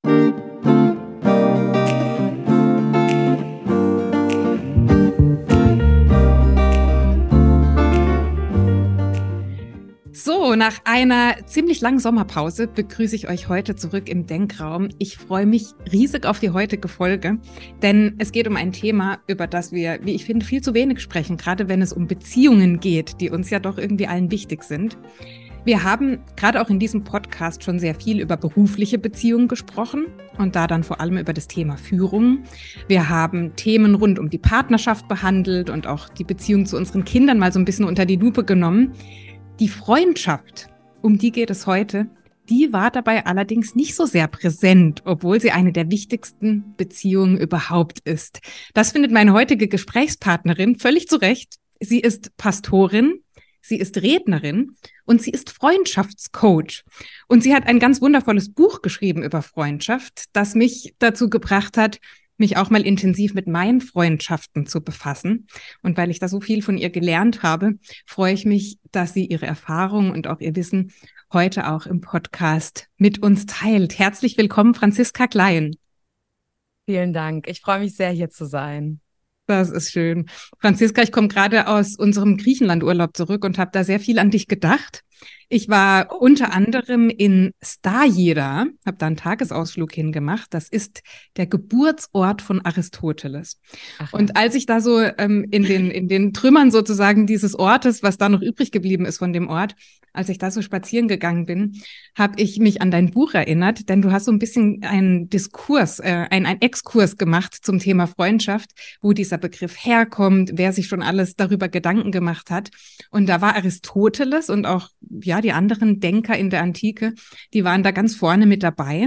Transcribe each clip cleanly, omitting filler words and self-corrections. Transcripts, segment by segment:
So, nach einer ziemlich langen Sommerpause begrüße ich euch heute zurück im Denkraum. Ich freue mich riesig auf die heutige Folge, denn es geht um ein Thema, über das wir, wie ich finde, viel zu wenig sprechen, gerade wenn es um Beziehungen geht, die uns ja doch irgendwie allen wichtig sind. Wir haben gerade auch in diesem Podcast schon sehr viel über berufliche Beziehungen gesprochen und da dann vor allem über das Thema Führung. Wir haben Themen rund um die Partnerschaft behandelt und auch die Beziehung zu unseren Kindern mal so ein bisschen unter die Lupe genommen. Die Freundschaft, um die geht es heute, die war dabei allerdings nicht so sehr präsent, obwohl sie eine der wichtigsten Beziehungen überhaupt ist. Das findet meine heutige Gesprächspartnerin völlig zu Recht. Sie ist Pastorin, sie ist Rednerin und sie ist Freundschaftscoach. Und sie hat ein ganz wundervolles Buch geschrieben über Freundschaft, das mich dazu gebracht hat, mich auch mal intensiv mit meinen Freundschaften zu befassen. Und weil ich da so viel von ihr gelernt habe, freue ich mich, dass sie ihre Erfahrungen und auch ihr Wissen heute auch im Podcast mit uns teilt. Herzlich willkommen, Franziska Klein. Vielen Dank. Ich freue mich sehr, hier zu sein. Das ist schön. Franziska, ich komme gerade aus unserem Griechenlandurlaub zurück und habe da sehr viel an dich gedacht. Ich war unter anderem in Stagira, habe da einen Tagesausflug hingemacht. Das ist der Geburtsort von Aristoteles. Ach, und als ich da so in den Trümmern sozusagen dieses Ortes, was da noch übrig geblieben ist von dem Ort, als ich da so spazieren gegangen bin, habe ich mich an dein Buch erinnert, denn du hast so ein bisschen einen Diskurs, einen Exkurs gemacht zum Thema Freundschaft, wo dieser Begriff herkommt, wer sich schon alles darüber Gedanken gemacht hat. Und da war Aristoteles und auch ja die anderen Denker in der Antike, die waren da ganz vorne mit dabei,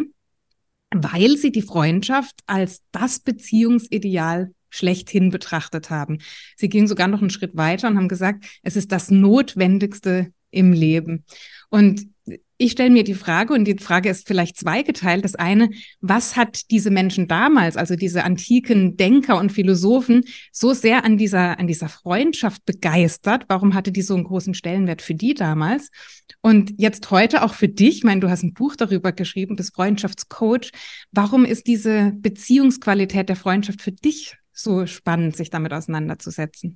weil sie die Freundschaft als das Beziehungsideal schlechthin betrachtet haben. Sie gingen sogar noch einen Schritt weiter und haben gesagt, es ist das Notwendigste im Leben. Und ich stelle mir die Frage, und die Frage ist vielleicht zweigeteilt. Das eine, was hat diese Menschen damals, also diese antiken Denker und Philosophen, so sehr an dieser Freundschaft begeistert? Warum hatte die so einen großen Stellenwert für die damals? Und jetzt heute auch für dich, ich meine, du hast ein Buch darüber geschrieben, bist Freundschaftscoach. Warum ist diese Beziehungsqualität der Freundschaft für dich so spannend, sich damit auseinanderzusetzen?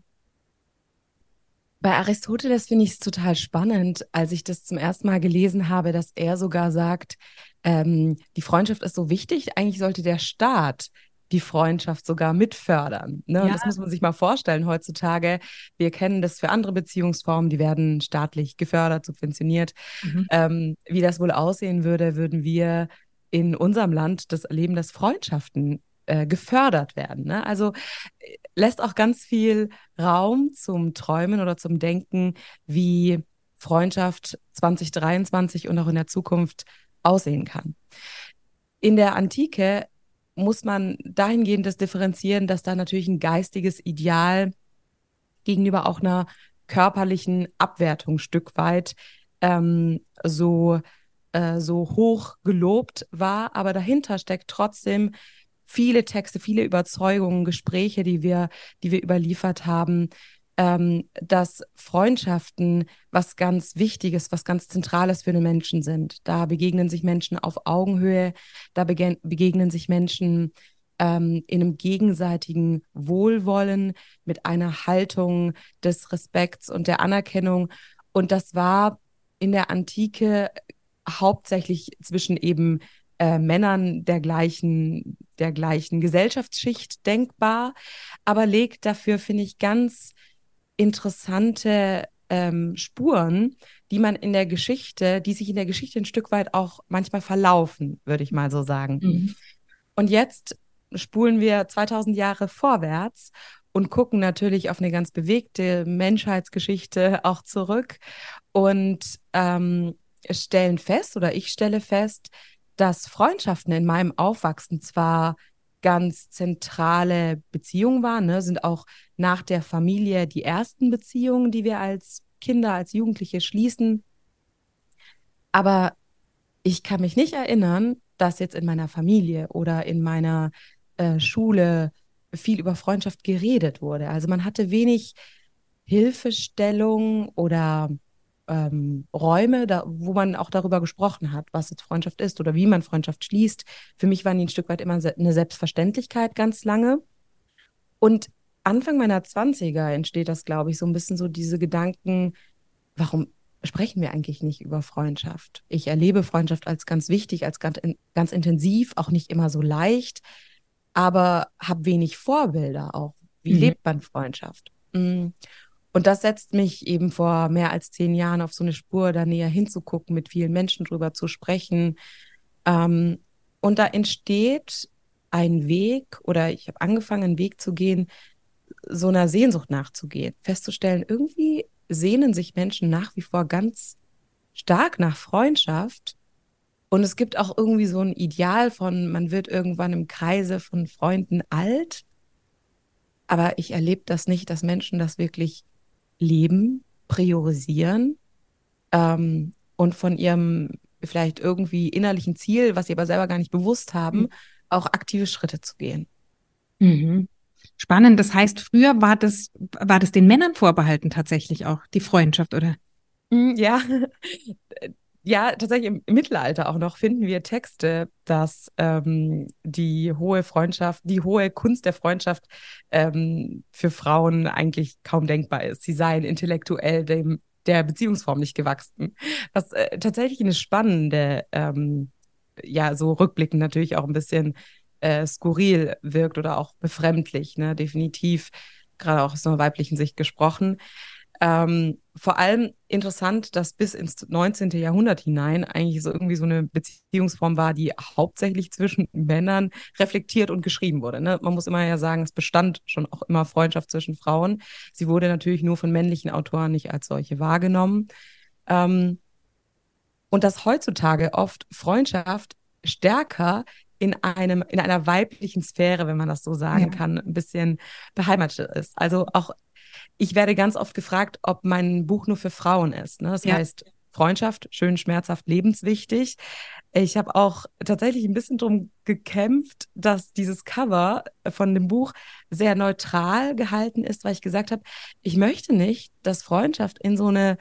Bei Aristoteles finde ich es total spannend, als ich das zum ersten Mal gelesen habe, dass er sogar sagt, die Freundschaft ist so wichtig, eigentlich sollte der Staat die Freundschaft sogar mitfördern. Ne? Und Ja. das muss man sich mal vorstellen heutzutage. Wir kennen das für andere Beziehungsformen, die werden staatlich gefördert, subventioniert. Wie das wohl aussehen würde, würden wir in unserem Land das erleben, dass Freundschaften gefördert werden. Ne? Also lässt auch ganz viel Raum zum Träumen oder zum Denken, wie Freundschaft 2023 und auch in der Zukunft aussehen kann. In der Antike muss man dahingehend das differenzieren, dass da natürlich ein geistiges Ideal gegenüber auch einer körperlichen Abwertung ein Stück weit so hoch gelobt war, aber dahinter steckt trotzdem viele Texte, viele Überzeugungen, Gespräche, die wir überliefert haben, dass Freundschaften was ganz Wichtiges, was ganz Zentrales für den Menschen sind. Da begegnen sich Menschen auf Augenhöhe, da begegnen sich Menschen in einem gegenseitigen Wohlwollen, mit einer Haltung des Respekts und der Anerkennung. Und das war in der Antike hauptsächlich zwischen eben Männern der gleichen Gesellschaftsschicht denkbar, aber legt dafür, finde ich, ganz interessante Spuren, die sich in der Geschichte ein Stück weit auch manchmal verlaufen, würde ich mal so sagen. Mhm. Und jetzt spulen wir 2000 Jahre vorwärts und gucken natürlich auf eine ganz bewegte Menschheitsgeschichte auch zurück und stellen fest, oder ich stelle fest, dass Freundschaften in meinem Aufwachsen zwar ganz zentrale Beziehungen waren, ne, sind auch nach der Familie die ersten Beziehungen, die wir als Kinder, als Jugendliche schließen. Aber ich kann mich nicht erinnern, dass jetzt in meiner Familie oder in meiner Schule viel über Freundschaft geredet wurde. Also man hatte wenig Hilfestellung oder Räume, wo man auch darüber gesprochen hat, was jetzt Freundschaft ist oder wie man Freundschaft schließt. Für mich waren die ein Stück weit immer eine Selbstverständlichkeit ganz lange. Und Anfang meiner Zwanziger entsteht das, glaube ich, so ein bisschen so diese Gedanken, warum sprechen wir eigentlich nicht über Freundschaft? Ich erlebe Freundschaft als ganz wichtig, als ganz intensiv, auch nicht immer so leicht, aber habe wenig Vorbilder auch. Wie lebt man Freundschaft? Und das setzt mich eben vor mehr als 10 Jahren auf so eine Spur, da näher hinzugucken, mit vielen Menschen drüber zu sprechen. Und da entsteht ein Weg, oder ich habe angefangen, einen Weg zu gehen, so einer Sehnsucht nachzugehen, festzustellen, irgendwie sehnen sich Menschen nach wie vor ganz stark nach Freundschaft. Und es gibt auch irgendwie so ein Ideal von, man wird irgendwann im Kreise von Freunden alt. Aber ich erlebe das nicht, dass Menschen das wirklich leben, priorisieren und von ihrem vielleicht irgendwie innerlichen Ziel, was sie aber selber gar nicht bewusst haben, auch aktive Schritte zu gehen. Mhm. Spannend. Das heißt, früher war das den Männern vorbehalten tatsächlich auch, die Freundschaft, oder? Ja, ja, tatsächlich im Mittelalter auch noch finden wir Texte, dass die hohe Freundschaft, die hohe Kunst der Freundschaft für Frauen eigentlich kaum denkbar ist. Sie seien intellektuell der Beziehungsform nicht gewachsen. Was tatsächlich eine spannende, ja, so rückblickend natürlich auch ein bisschen skurril wirkt oder auch befremdlich, ne? Definitiv, gerade auch aus einer weiblichen Sicht gesprochen. Vor allem interessant, dass bis ins 19. Jahrhundert hinein eigentlich so irgendwie so eine Beziehungsform war, die hauptsächlich zwischen Männern reflektiert und geschrieben wurde. Ne? Man muss immer ja sagen, es bestand schon auch immer Freundschaft zwischen Frauen. Sie wurde natürlich nur von männlichen Autoren nicht als solche wahrgenommen. Und dass heutzutage oft Freundschaft stärker in einer weiblichen Sphäre, wenn man das so sagen kann, ein bisschen beheimatet ist. Also auch ich werde ganz oft gefragt, ob mein Buch nur für Frauen ist. Ne? Das heißt, Freundschaft, schön, schmerzhaft, lebenswichtig. Ich habe auch tatsächlich ein bisschen drum gekämpft, dass dieses Cover von dem Buch sehr neutral gehalten ist, weil ich gesagt habe, ich möchte nicht, dass Freundschaft in so eine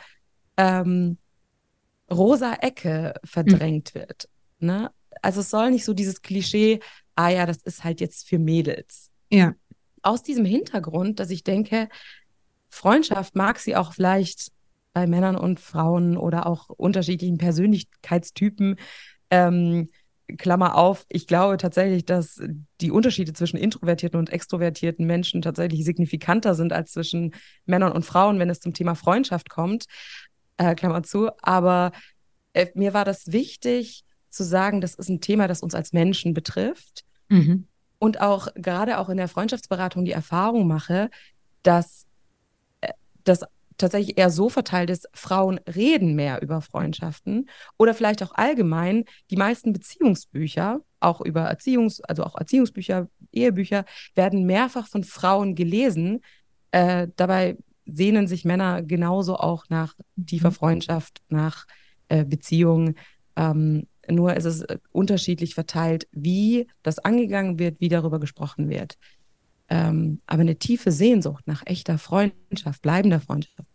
rosa Ecke verdrängt wird. Ne? Also es soll nicht so dieses Klischee, ah ja, das ist halt jetzt für Mädels. Ja. Aus diesem Hintergrund, dass ich denke, Freundschaft mag sie auch vielleicht bei Männern und Frauen oder auch unterschiedlichen Persönlichkeitstypen. Klammer auf, ich glaube tatsächlich, dass die Unterschiede zwischen introvertierten und extrovertierten Menschen tatsächlich signifikanter sind als zwischen Männern und Frauen, wenn es zum Thema Freundschaft kommt. Klammer zu. Aber mir war das wichtig zu sagen, das ist ein Thema, das uns als Menschen betrifft. Und auch gerade auch in der Freundschaftsberatung die Erfahrung mache, dass das tatsächlich eher so verteilt ist, Frauen reden mehr über Freundschaften oder vielleicht auch allgemein die meisten Beziehungsbücher, auch über also auch Erziehungsbücher, Ehebücher, werden mehrfach von Frauen gelesen. Dabei sehnen sich Männer genauso auch nach tiefer Freundschaft, nach Beziehungen. Nur ist es unterschiedlich verteilt, wie das angegangen wird, wie darüber gesprochen wird. Aber eine tiefe Sehnsucht nach echter Freundschaft, bleibender Freundschaft,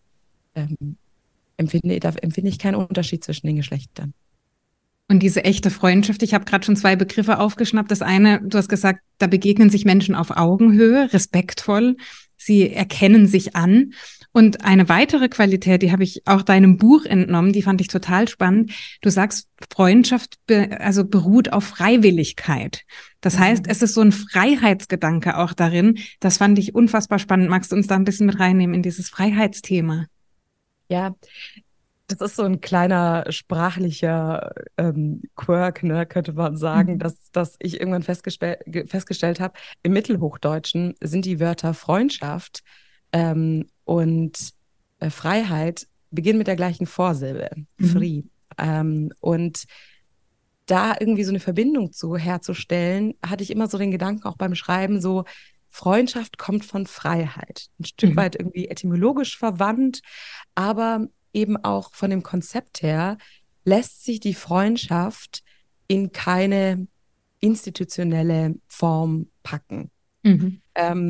da empfinde ich keinen Unterschied zwischen den Geschlechtern. Und diese echte Freundschaft, ich habe gerade schon 2 Begriffe aufgeschnappt. Das eine, du hast gesagt, da begegnen sich Menschen auf Augenhöhe, respektvoll. Sie erkennen sich an. Und eine weitere Qualität, die habe ich auch deinem Buch entnommen, die fand ich total spannend. Du sagst, Freundschaft beruht auf Freiwilligkeit. Das heißt, es ist so ein Freiheitsgedanke auch darin. Das fand ich unfassbar spannend. Magst du uns da ein bisschen mit reinnehmen in dieses Freiheitsthema? Ja, das ist so ein kleiner sprachlicher Quirk, ne, könnte man sagen, dass ich irgendwann festgestellt habe, im Mittelhochdeutschen sind die Wörter Freundschaft und Freiheit beginnen mit der gleichen Vorsilbe, free. Und da irgendwie so eine Verbindung zu herzustellen, hatte ich immer so den Gedanken auch beim Schreiben, so Freundschaft kommt von Freiheit. Ein Stück weit irgendwie etymologisch verwandt, aber eben auch von dem Konzept her lässt sich die Freundschaft in keine institutionelle Form packen.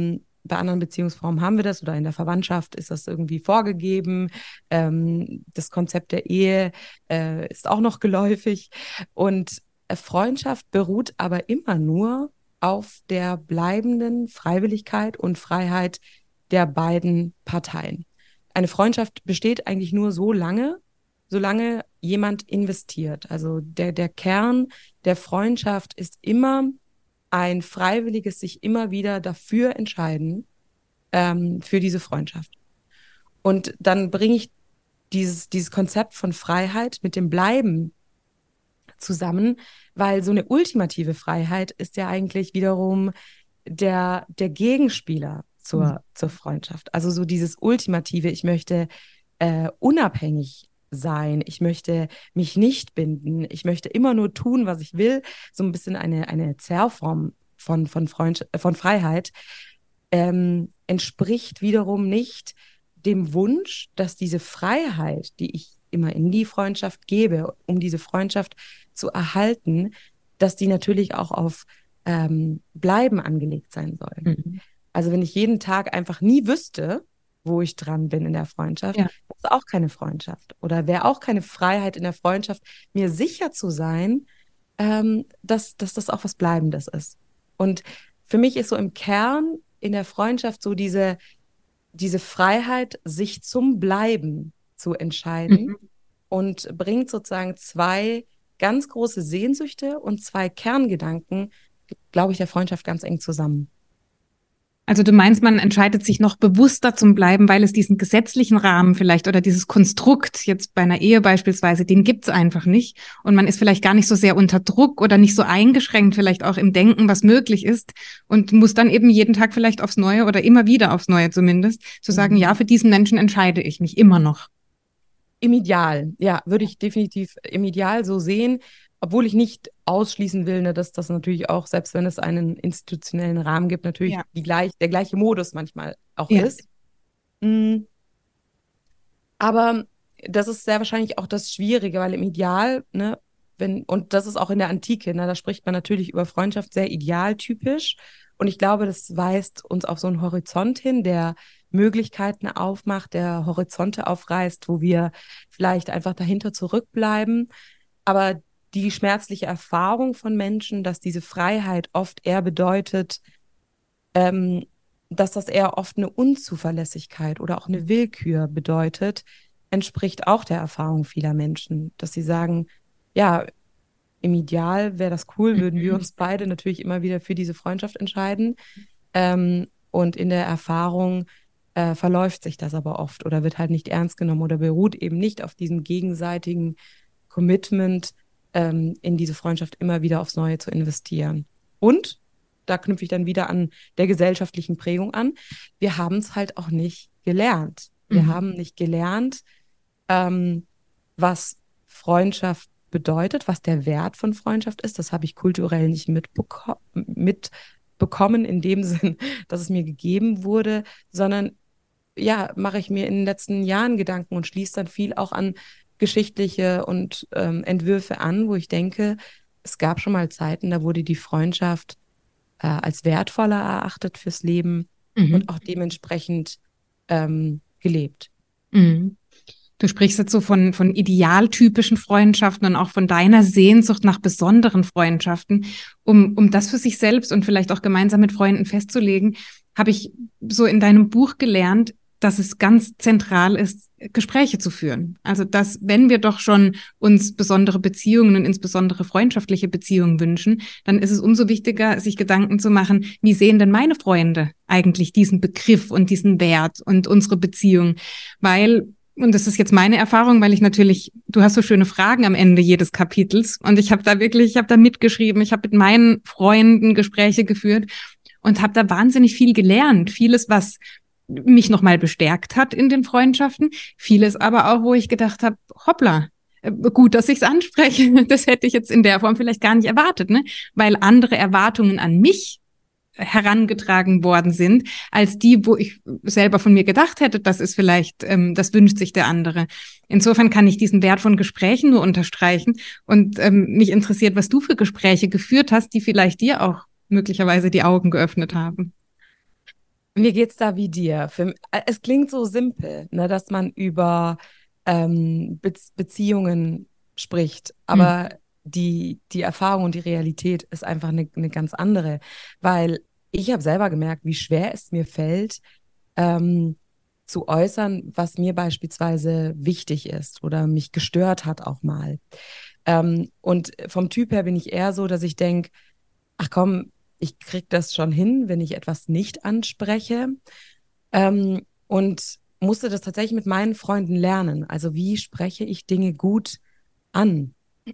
bei anderen Beziehungsformen haben wir das oder in der Verwandtschaft ist das irgendwie vorgegeben. Das Konzept der Ehe ist auch noch geläufig. Und Freundschaft beruht aber immer nur auf der bleibenden Freiwilligkeit und Freiheit der beiden Parteien. Eine Freundschaft besteht eigentlich nur so lange, solange jemand investiert. Also der Kern der Freundschaft ist immer ein freiwilliges sich immer wieder dafür entscheiden, für diese Freundschaft. Und dann bringe ich dieses Konzept von Freiheit mit dem Bleiben zusammen, weil so eine ultimative Freiheit ist ja eigentlich wiederum der Gegenspieler zur Freundschaft. Also so dieses Ultimative, ich möchte unabhängig sein, ich möchte mich nicht binden, ich möchte immer nur tun, was ich will, so ein bisschen eine Zerrform von Freiheit, entspricht wiederum nicht dem Wunsch, dass diese Freiheit, die ich immer in die Freundschaft gebe, um diese Freundschaft zu erhalten, dass die natürlich auch auf Bleiben angelegt sein soll. Mhm. Also wenn ich jeden Tag einfach nie wüsste, wo ich dran bin in der Freundschaft, Ja. das ist auch keine Freundschaft. Oder wäre auch keine Freiheit in der Freundschaft, mir sicher zu sein, dass das auch was Bleibendes ist. Und für mich ist so im Kern in der Freundschaft so diese Freiheit, sich zum Bleiben zu entscheiden und bringt sozusagen zwei ganz große Sehnsüchte und zwei Kerngedanken, glaube ich, der Freundschaft ganz eng zusammen. Also du meinst, man entscheidet sich noch bewusster zum Bleiben, weil es diesen gesetzlichen Rahmen vielleicht oder dieses Konstrukt jetzt bei einer Ehe beispielsweise, den gibt's einfach nicht. Und man ist vielleicht gar nicht so sehr unter Druck oder nicht so eingeschränkt vielleicht auch im Denken, was möglich ist und muss dann eben jeden Tag vielleicht aufs Neue oder immer wieder aufs Neue zumindest zu sagen, ja, für diesen Menschen entscheide ich mich immer noch. Im Ideal, ja, würde ich definitiv im Ideal so sehen, obwohl ich nicht ausschließen will, ne, dass das natürlich auch, selbst wenn es einen institutionellen Rahmen gibt, natürlich der gleiche Modus manchmal auch ist. Aber das ist sehr wahrscheinlich auch das Schwierige, weil im Ideal, ne, und das ist auch in der Antike, ne, da spricht man natürlich über Freundschaft sehr idealtypisch. Und ich glaube, das weist uns auf so einen Horizont hin, der Möglichkeiten aufmacht, der Horizonte aufreißt, wo wir vielleicht einfach dahinter zurückbleiben. Aber die schmerzliche Erfahrung von Menschen, dass diese Freiheit oft eher bedeutet, dass das eher oft eine Unzuverlässigkeit oder auch eine Willkür bedeutet, entspricht auch der Erfahrung vieler Menschen, dass sie sagen, ja, im Ideal wäre das cool, würden wir uns beide natürlich immer wieder für diese Freundschaft entscheiden. Und in der Erfahrung verläuft sich das aber oft oder wird halt nicht ernst genommen oder beruht eben nicht auf diesem gegenseitigen Commitment, in diese Freundschaft immer wieder aufs Neue zu investieren. Und da knüpfe ich dann wieder an der gesellschaftlichen Prägung an. Wir haben es halt auch nicht gelernt. Wir haben nicht gelernt, was Freundschaft bedeutet, was der Wert von Freundschaft ist. Das habe ich kulturell nicht mitbekommen in dem Sinn, dass es mir gegeben wurde, sondern ja, mache ich mir in den letzten Jahren Gedanken und schließe dann viel auch an geschichtliche und Entwürfe an, wo ich denke, es gab schon mal Zeiten, da wurde die Freundschaft als wertvoller erachtet fürs Leben und auch dementsprechend gelebt. Du sprichst jetzt so von idealtypischen Freundschaften und auch von deiner Sehnsucht nach besonderen Freundschaften. Um das für sich selbst und vielleicht auch gemeinsam mit Freunden festzulegen, habe ich so in deinem Buch gelernt, dass es ganz zentral ist, Gespräche zu führen. Also, dass, wenn wir doch schon uns besondere Beziehungen und insbesondere freundschaftliche Beziehungen wünschen, dann ist es umso wichtiger, sich Gedanken zu machen, wie sehen denn meine Freunde eigentlich diesen Begriff und diesen Wert und unsere Beziehung? Weil, und das ist jetzt meine Erfahrung, weil ich natürlich, du hast so schöne Fragen am Ende jedes Kapitels und ich habe da mitgeschrieben, ich habe mit meinen Freunden Gespräche geführt und habe da wahnsinnig viel gelernt. Vieles, was mich nochmal bestärkt hat in den Freundschaften. Vieles aber auch, wo ich gedacht habe, hoppla, gut, dass ich es anspreche. Das hätte ich jetzt in der Form vielleicht gar nicht erwartet, ne? Weil andere Erwartungen an mich herangetragen worden sind, als die, wo ich selber von mir gedacht hätte, das ist vielleicht, das wünscht sich der andere. Insofern kann ich diesen Wert von Gesprächen nur unterstreichen und mich interessiert, was du für Gespräche geführt hast, die vielleicht dir auch möglicherweise die Augen geöffnet haben. Mir geht's da wie dir. Es klingt so simpel, ne, dass man über Beziehungen spricht, Mhm. aber die Erfahrung und die Realität ist einfach eine ganz andere, weil ich habe selber gemerkt, wie schwer es mir fällt, ähm, zu äußern, was mir beispielsweise wichtig ist oder mich gestört hat auch mal. Und vom Typ her bin ich eher so, dass ich denke, ach komm, ich krieg das schon hin, wenn ich etwas nicht anspreche. Und musste das tatsächlich mit meinen Freunden lernen. Also wie spreche ich Dinge gut an?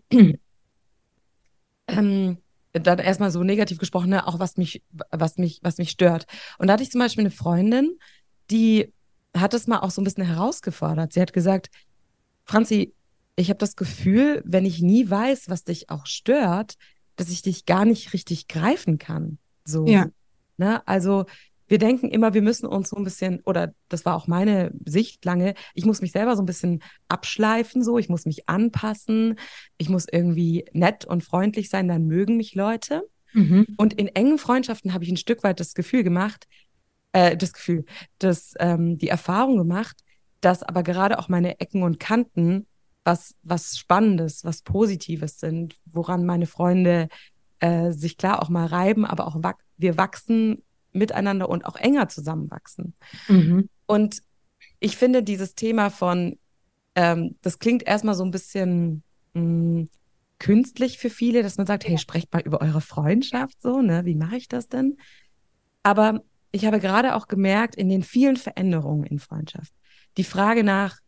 Dann erstmal so negativ gesprochen, ne, auch was mich stört. Und da hatte ich zum Beispiel eine Freundin, die hat es mal auch so ein bisschen herausgefordert. Sie hat gesagt, Franzi, ich habe das Gefühl, wenn ich nie weiß, was dich auch stört, dass ich dich gar nicht richtig greifen kann. So, Ja. ne? Also wir denken immer, wir müssen uns so ein bisschen, oder das war auch meine Sicht lange, ich muss mich selber so ein bisschen abschleifen, so, ich muss mich anpassen, ich muss irgendwie nett und freundlich sein, dann mögen mich Leute. Mhm. Und in engen Freundschaften habe ich ein Stück weit das Gefühl gemacht, das Gefühl, die Erfahrung gemacht, dass aber gerade auch meine Ecken und Kanten was Spannendes, was Positives sind, woran meine Freunde sich klar auch mal reiben, aber auch wir wachsen miteinander und auch enger zusammenwachsen. Mhm. Und ich finde dieses Thema von, das klingt erstmal so ein bisschen künstlich für viele, dass man sagt, hey, sprecht mal über eure Freundschaft so, ne? Wie mache ich das denn? Aber ich habe gerade auch gemerkt, in den vielen Veränderungen in Freundschaft, die Frage nach,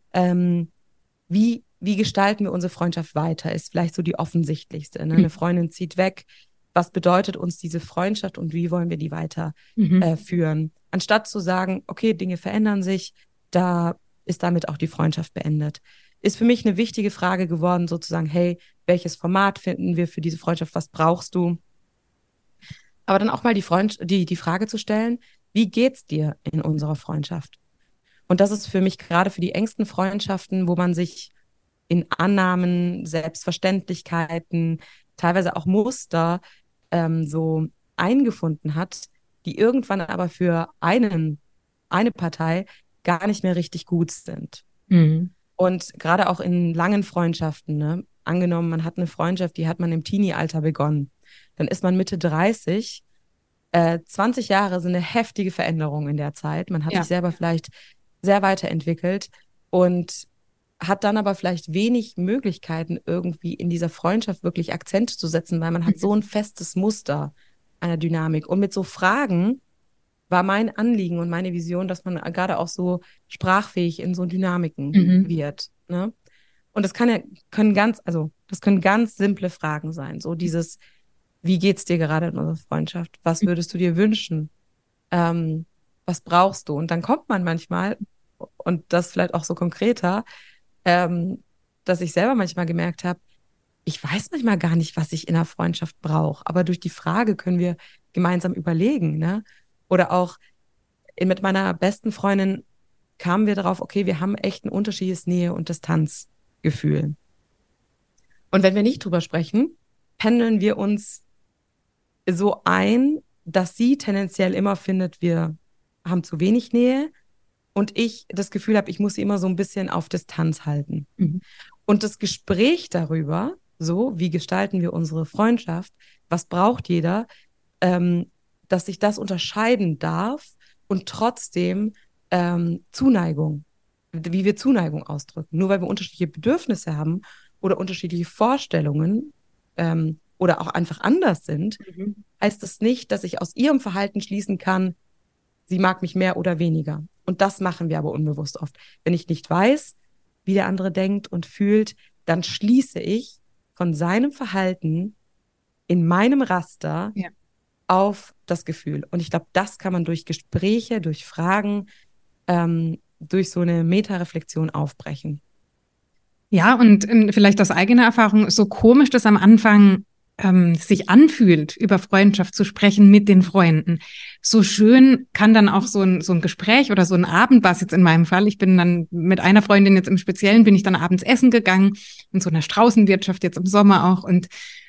wie gestalten wir unsere Freundschaft weiter, ist vielleicht so die offensichtlichste. Ne? Eine Freundin zieht weg. Was bedeutet uns diese Freundschaft und wie wollen wir die weiter Mhm. führen? Anstatt zu sagen, okay, Dinge verändern sich, da ist damit auch die Freundschaft beendet. Ist für mich eine wichtige Frage geworden, sozusagen, hey, welches Format finden wir für diese Freundschaft? Was brauchst du? Aber dann auch mal die Frage zu stellen, wie geht's dir in unserer Freundschaft? Und das ist für mich gerade für die engsten Freundschaften, wo man sich in Annahmen, Selbstverständlichkeiten, teilweise auch Muster so eingefunden hat, die irgendwann aber für eine Partei gar nicht mehr richtig gut sind. Mhm. Und gerade auch in langen Freundschaften, ne? Angenommen, man hat eine Freundschaft, die hat man im Teenie-Alter begonnen. Dann ist man Mitte 30. 20 Jahre sind eine heftige Veränderung in der Zeit. Man hat sich Ja. selber vielleicht sehr weiterentwickelt und hat dann aber vielleicht wenig Möglichkeiten, irgendwie in dieser Freundschaft wirklich Akzente zu setzen, weil man hat so ein festes Muster einer Dynamik. Und mit so Fragen war mein Anliegen und meine Vision, dass man gerade auch so sprachfähig in so Dynamiken Mhm. wird. Ne? Und das können ganz simple Fragen sein. So dieses, wie geht's dir gerade in unserer Freundschaft? Was würdest du dir wünschen? Ähm, Was brauchst du? Und dann kommt man manchmal, und das vielleicht auch so konkreter, ähm, dass ich selber manchmal gemerkt habe, ich weiß manchmal gar nicht, was ich in einer Freundschaft brauche. Aber durch die Frage können wir gemeinsam überlegen, ne? Oder auch mit meiner besten Freundin kamen wir darauf, okay, wir haben echt ein unterschiedliches Nähe- und Distanzgefühl. Und wenn wir nicht drüber sprechen, pendeln wir uns so ein, dass sie tendenziell immer findet, wir haben zu wenig Nähe und ich das Gefühl habe, ich muss sie immer so ein bisschen auf Distanz halten. Mhm. Und das Gespräch darüber, so wie gestalten wir unsere Freundschaft, was braucht jeder, ähm, dass sich das unterscheiden darf und trotzdem Zuneigung, wie wir Zuneigung ausdrücken. Nur weil wir unterschiedliche Bedürfnisse haben oder unterschiedliche Vorstellungen oder auch einfach anders sind, Mhm. heißt das nicht, dass ich aus ihrem Verhalten schließen kann, sie mag mich mehr oder weniger. Und das machen wir aber unbewusst oft. Wenn ich nicht weiß, wie der andere denkt und fühlt, dann schließe ich von seinem Verhalten in meinem Raster Ja. auf das Gefühl. Und ich glaube, das kann man durch Gespräche, durch Fragen, durch so eine Metareflexion aufbrechen. Ja, und vielleicht aus eigener Erfahrung, so komisch das am Anfang sich anfühlt, über Freundschaft zu sprechen mit den Freunden. So schön kann dann auch so ein Gespräch oder so ein Abend, war es jetzt in meinem Fall. Ich bin dann mit einer Freundin jetzt im Speziellen, bin ich dann abends essen gegangen, in so einer Straußenwirtschaft jetzt im Sommer auch. Und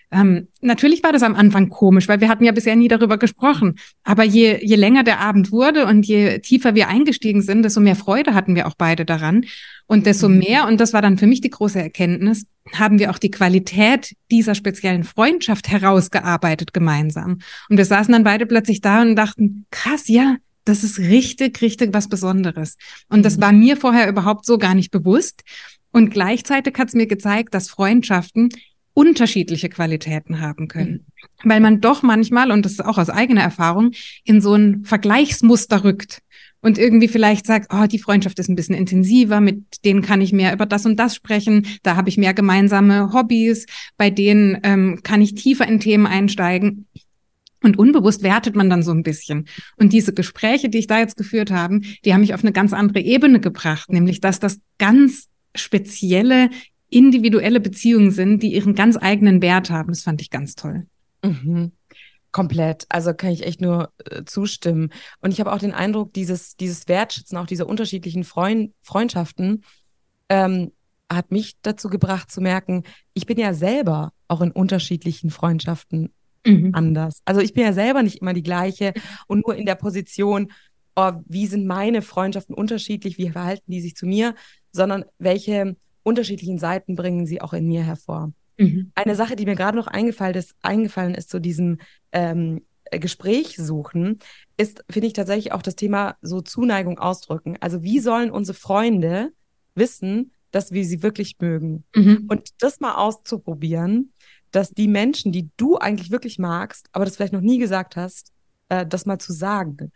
Natürlich war das am Anfang komisch, weil wir hatten ja bisher nie darüber gesprochen. Aber je länger der Abend wurde und je tiefer wir eingestiegen sind, desto mehr Freude hatten wir auch beide daran. Und desto mehr, und das war dann für mich die große Erkenntnis, haben wir auch die Qualität dieser speziellen Freundschaft herausgearbeitet gemeinsam. Und wir saßen dann beide plötzlich da und dachten, krass, ja, das ist richtig, richtig was Besonderes. Und das war mir vorher überhaupt so gar nicht bewusst. Und gleichzeitig hat es mir gezeigt, dass Freundschaften unterschiedliche Qualitäten haben können. Weil man doch manchmal, und das ist auch aus eigener Erfahrung, in so ein Vergleichsmuster rückt und irgendwie vielleicht sagt, oh, die Freundschaft ist ein bisschen intensiver, mit denen kann ich mehr über das und das sprechen, da habe ich mehr gemeinsame Hobbys, bei denen kann ich tiefer in Themen einsteigen. Und unbewusst wertet man dann so ein bisschen. Und diese Gespräche, die ich da jetzt geführt habe, die haben mich auf eine ganz andere Ebene gebracht, nämlich dass das ganz spezielle, individuelle Beziehungen sind, die ihren ganz eigenen Wert haben. Das fand ich ganz toll. Mhm. Komplett. Also kann ich echt nur zustimmen. Und ich habe auch den Eindruck, dieses Wertschätzen, auch dieser unterschiedlichen Freundschaften, hat mich dazu gebracht zu merken, ich bin ja selber auch in unterschiedlichen Freundschaften anders. Also ich bin ja selber nicht immer die gleiche und nur in der Position, oh, wie sind meine Freundschaften unterschiedlich, wie verhalten die sich zu mir, sondern welche unterschiedlichen Seiten bringen sie auch in mir hervor. Eine Sache, die mir gerade noch eingefallen ist zu diesem Gespräch suchen, ist, finde ich, tatsächlich auch das Thema so Zuneigung ausdrücken. Also wie sollen unsere Freunde wissen, dass wir sie wirklich mögen? Und das mal auszuprobieren, dass die Menschen, die du eigentlich wirklich magst, aber das vielleicht noch nie gesagt hast, das mal zu sagen.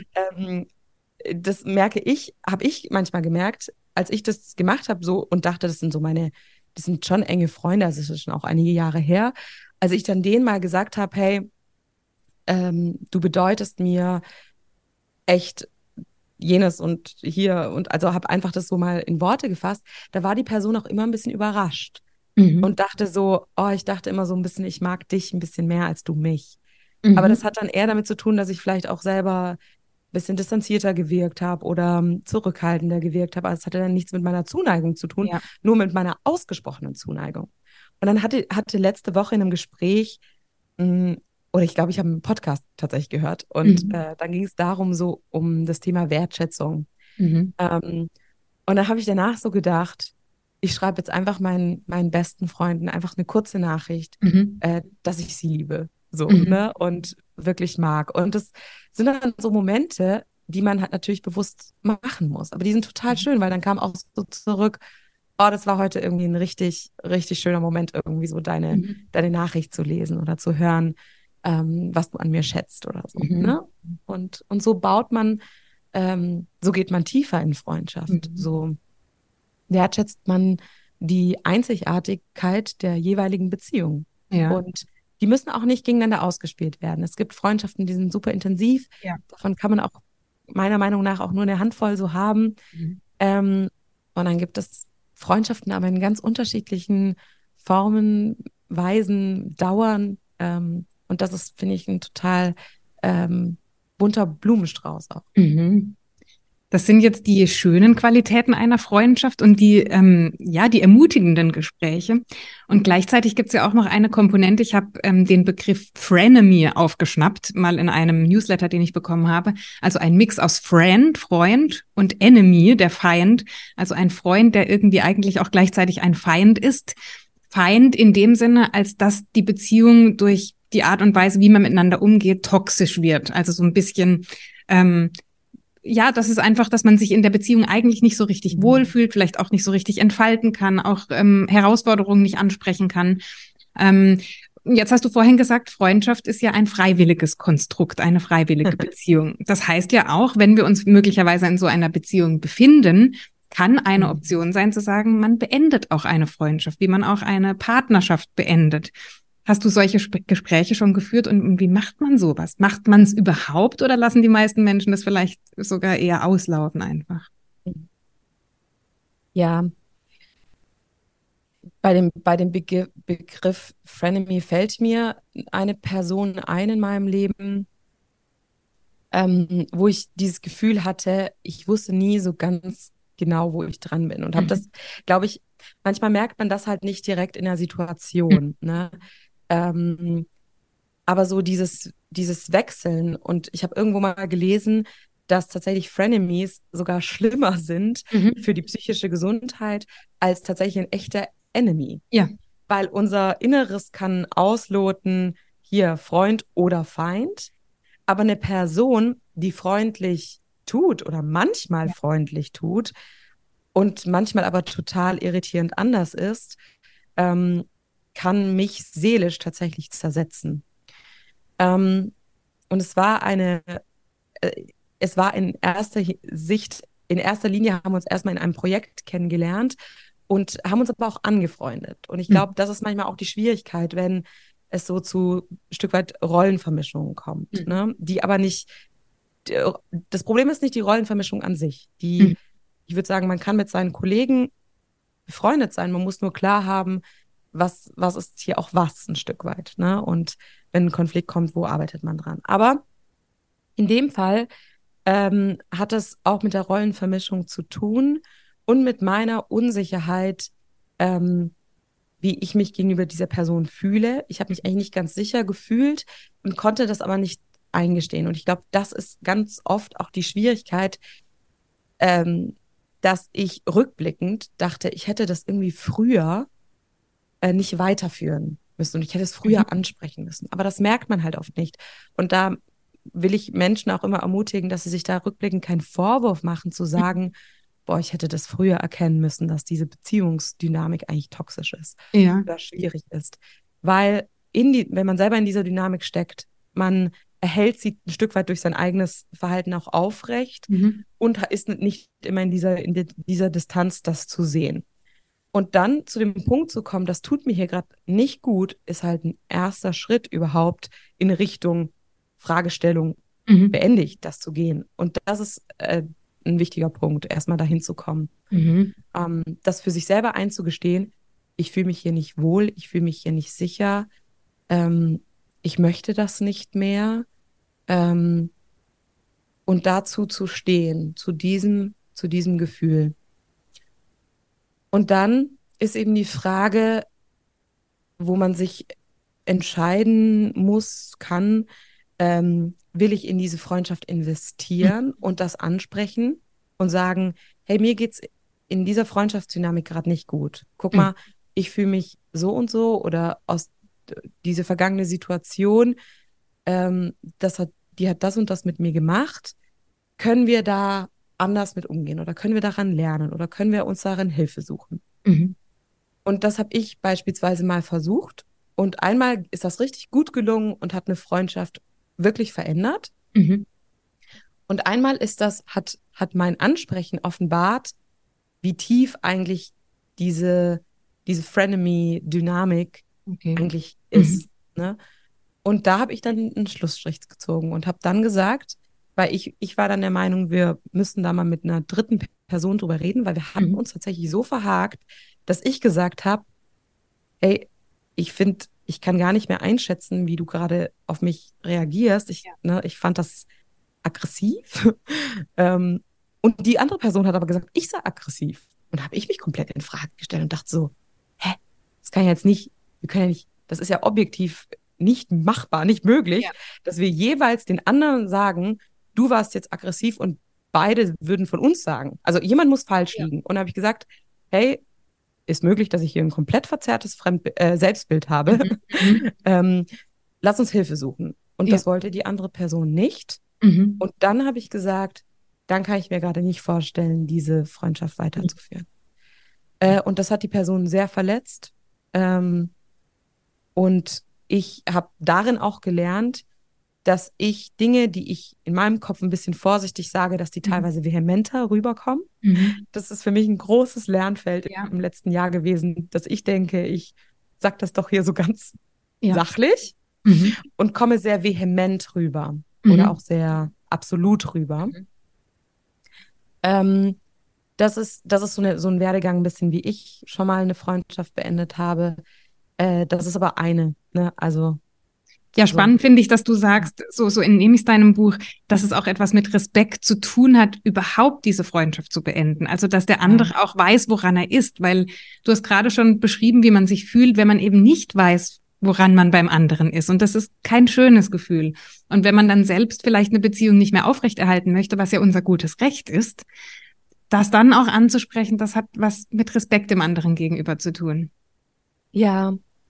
Das habe ich manchmal gemerkt, als ich das gemacht habe so und dachte, das sind schon enge Freunde, also das ist schon auch einige Jahre her, als ich dann denen mal gesagt habe, hey, du bedeutest mir echt jenes und hier und also habe einfach das so mal in Worte gefasst, da war die Person auch immer ein bisschen überrascht und dachte so, oh, ich dachte immer so ein bisschen, ich mag dich ein bisschen mehr als du mich. Aber das hat dann eher damit zu tun, dass ich vielleicht auch selber ein bisschen distanzierter gewirkt habe oder zurückhaltender gewirkt habe. Also es hatte dann nichts mit meiner Zuneigung zu tun, nur mit meiner ausgesprochenen Zuneigung. Und dann hatte letzte Woche in einem Gespräch, oder ich glaube, ich habe einen Podcast tatsächlich gehört, und dann ging es darum, so um das Thema Wertschätzung. Und dann habe ich danach so gedacht, ich schreibe jetzt einfach meinen besten Freunden einfach eine kurze Nachricht, dass ich sie liebe. So, ne? Und wirklich mag. Und das sind dann so Momente, die man halt natürlich bewusst machen muss. Aber die sind total schön, weil dann kam auch so zurück, oh, das war heute irgendwie ein richtig, richtig schöner Moment, irgendwie so deine Nachricht zu lesen oder zu hören, was du an mir schätzt oder so. Ne? Und so baut man, so geht man tiefer in Freundschaft. So wertschätzt man die Einzigartigkeit der jeweiligen Beziehung. Ja. Und die müssen auch nicht gegeneinander ausgespielt werden. Es gibt Freundschaften, die sind super intensiv. Ja. Davon kann man auch meiner Meinung nach auch nur eine Handvoll so haben. Und dann gibt es Freundschaften, aber in ganz unterschiedlichen Formen, Weisen, Dauern. Und das ist, finde ich, ein total bunter Blumenstrauß auch. Das sind jetzt die schönen Qualitäten einer Freundschaft und die ermutigenden Gespräche. Und gleichzeitig gibt es ja auch noch eine Komponente. Ich habe den Begriff Frenemy aufgeschnappt, mal in einem Newsletter, den ich bekommen habe. Also ein Mix aus Freund und Enemy, der Feind. Also ein Freund, der irgendwie eigentlich auch gleichzeitig ein Feind ist. Feind in dem Sinne, als dass die Beziehung durch die Art und Weise, wie man miteinander umgeht, toxisch wird. Also so ein bisschen das ist einfach, dass man sich in der Beziehung eigentlich nicht so richtig wohlfühlt, vielleicht auch nicht so richtig entfalten kann, auch Herausforderungen nicht ansprechen kann. Jetzt hast du vorhin gesagt, Freundschaft ist ja ein freiwilliges Konstrukt, eine freiwillige Beziehung. Das heißt ja auch, wenn wir uns möglicherweise in so einer Beziehung befinden, kann eine Option sein zu sagen, man beendet auch eine Freundschaft, wie man auch eine Partnerschaft beendet. Hast du solche Gespräche schon geführt und wie macht man sowas? Macht man es überhaupt oder lassen die meisten Menschen das vielleicht sogar eher auslaufen einfach? Ja, bei dem Begriff Frenemy fällt mir eine Person ein in meinem Leben, wo ich dieses Gefühl hatte, ich wusste nie so ganz genau, wo ich dran bin. Und habe das, glaube ich, manchmal merkt man das halt nicht direkt in der Situation, ne? Aber so dieses Wechseln, und ich habe irgendwo mal gelesen, dass tatsächlich Frenemies sogar schlimmer sind für die psychische Gesundheit als tatsächlich ein echter Enemy. Ja. Weil unser Inneres kann ausloten, hier Freund oder Feind, aber eine Person, die freundlich tut oder manchmal freundlich tut und manchmal aber total irritierend anders ist, kann mich seelisch tatsächlich zersetzen. Und es war in erster Sicht, in erster Linie haben wir uns erstmal in einem Projekt kennengelernt und haben uns aber auch angefreundet. Und ich glaube, das ist manchmal auch die Schwierigkeit, wenn es so zu ein Stück weit Rollenvermischungen kommt, ne? Die aber nicht, das Problem ist nicht die Rollenvermischung an sich. Ich würde sagen, man kann mit seinen Kollegen befreundet sein, man muss nur klar haben, was ist hier auch was ein Stück weit, ne? Und wenn ein Konflikt kommt, wo arbeitet man dran? Aber in dem Fall hat es auch mit der Rollenvermischung zu tun und mit meiner Unsicherheit, wie ich mich gegenüber dieser Person fühle. Ich habe mich eigentlich nicht ganz sicher gefühlt und konnte das aber nicht eingestehen. Und ich glaube, das ist ganz oft auch die Schwierigkeit, dass ich rückblickend dachte, ich hätte das irgendwie früher nicht weiterführen müssen und ich hätte es früher ansprechen müssen. Aber das merkt man halt oft nicht. Und da will ich Menschen auch immer ermutigen, dass sie sich da rückblickend keinen Vorwurf machen, zu sagen, boah, ich hätte das früher erkennen müssen, dass diese Beziehungsdynamik eigentlich toxisch ist oder schwierig ist. Weil wenn man selber in dieser Dynamik steckt, man erhält sie ein Stück weit durch sein eigenes Verhalten auch aufrecht und ist nicht immer in dieser Distanz, das zu sehen. Und dann zu dem Punkt zu kommen, das tut mir hier gerade nicht gut, ist halt ein erster Schritt überhaupt in Richtung Fragestellung, beende ich das zu gehen. Und das ist ein wichtiger Punkt, erstmal dahin zu kommen. Das für sich selber einzugestehen, ich fühle mich hier nicht wohl, ich fühle mich hier nicht sicher, ich möchte das nicht mehr. Und dazu zu stehen, zu diesem Gefühl. Und dann ist eben die Frage, wo man sich entscheiden kann, will ich in diese Freundschaft investieren und das ansprechen und sagen, hey, mir geht's in dieser Freundschaftsdynamik gerade nicht gut. Guck mal, ich fühle mich so und so oder aus diese vergangene Situation, die hat das und das mit mir gemacht. Können wir da anders mit umgehen oder können wir daran lernen oder können wir uns darin Hilfe suchen? Und das habe ich beispielsweise mal versucht und einmal ist das richtig gut gelungen und hat eine Freundschaft wirklich verändert. Und einmal hat mein Ansprechen offenbart, wie tief eigentlich diese Frenemy-Dynamik eigentlich ist. Ne? Und da habe ich dann einen Schlussstrich gezogen und habe dann gesagt, weil ich war dann der Meinung, wir müssten da mal mit einer dritten Person drüber reden, weil wir hatten uns tatsächlich so verhakt, dass ich gesagt habe, hey, ich finde, ich kann gar nicht mehr einschätzen, wie du gerade auf mich reagierst. Ich fand das aggressiv. Und die andere Person hat aber gesagt, ich sei aggressiv. Und da habe ich mich komplett in Frage gestellt und dachte so, das kann ja jetzt nicht, wir können ja nicht, das ist ja objektiv nicht machbar, nicht möglich, dass wir jeweils den anderen sagen, du warst jetzt aggressiv und beide würden von uns sagen. Also jemand muss falsch liegen. Und da habe ich gesagt, hey, ist möglich, dass ich hier ein komplett verzerrtes Selbstbild habe. Lass uns Hilfe suchen. Und das wollte die andere Person nicht. Und dann habe ich gesagt, dann kann ich mir gerade nicht vorstellen, diese Freundschaft weiterzuführen. Und das hat die Person sehr verletzt. Und ich habe darin auch gelernt, dass ich Dinge, die ich in meinem Kopf ein bisschen vorsichtig sage, dass die teilweise vehementer rüberkommen. Das ist für mich ein großes Lernfeld im letzten Jahr gewesen, dass ich denke, ich sage das doch hier so ganz sachlich und komme sehr vehement rüber oder auch sehr absolut rüber. Das ist so ein Werdegang, ein bisschen wie ich schon mal eine Freundschaft beendet habe. Das ist aber eine, ne? Also ja, spannend finde ich, dass du sagst, so entnehme ich es deinem Buch, dass es auch etwas mit Respekt zu tun hat, überhaupt diese Freundschaft zu beenden. Also, dass der andere auch weiß, woran er ist, weil du hast gerade schon beschrieben, wie man sich fühlt, wenn man eben nicht weiß, woran man beim anderen ist. Und das ist kein schönes Gefühl. Und wenn man dann selbst vielleicht eine Beziehung nicht mehr aufrechterhalten möchte, was ja unser gutes Recht ist, das dann auch anzusprechen, das hat was mit Respekt dem anderen gegenüber zu tun. Ja,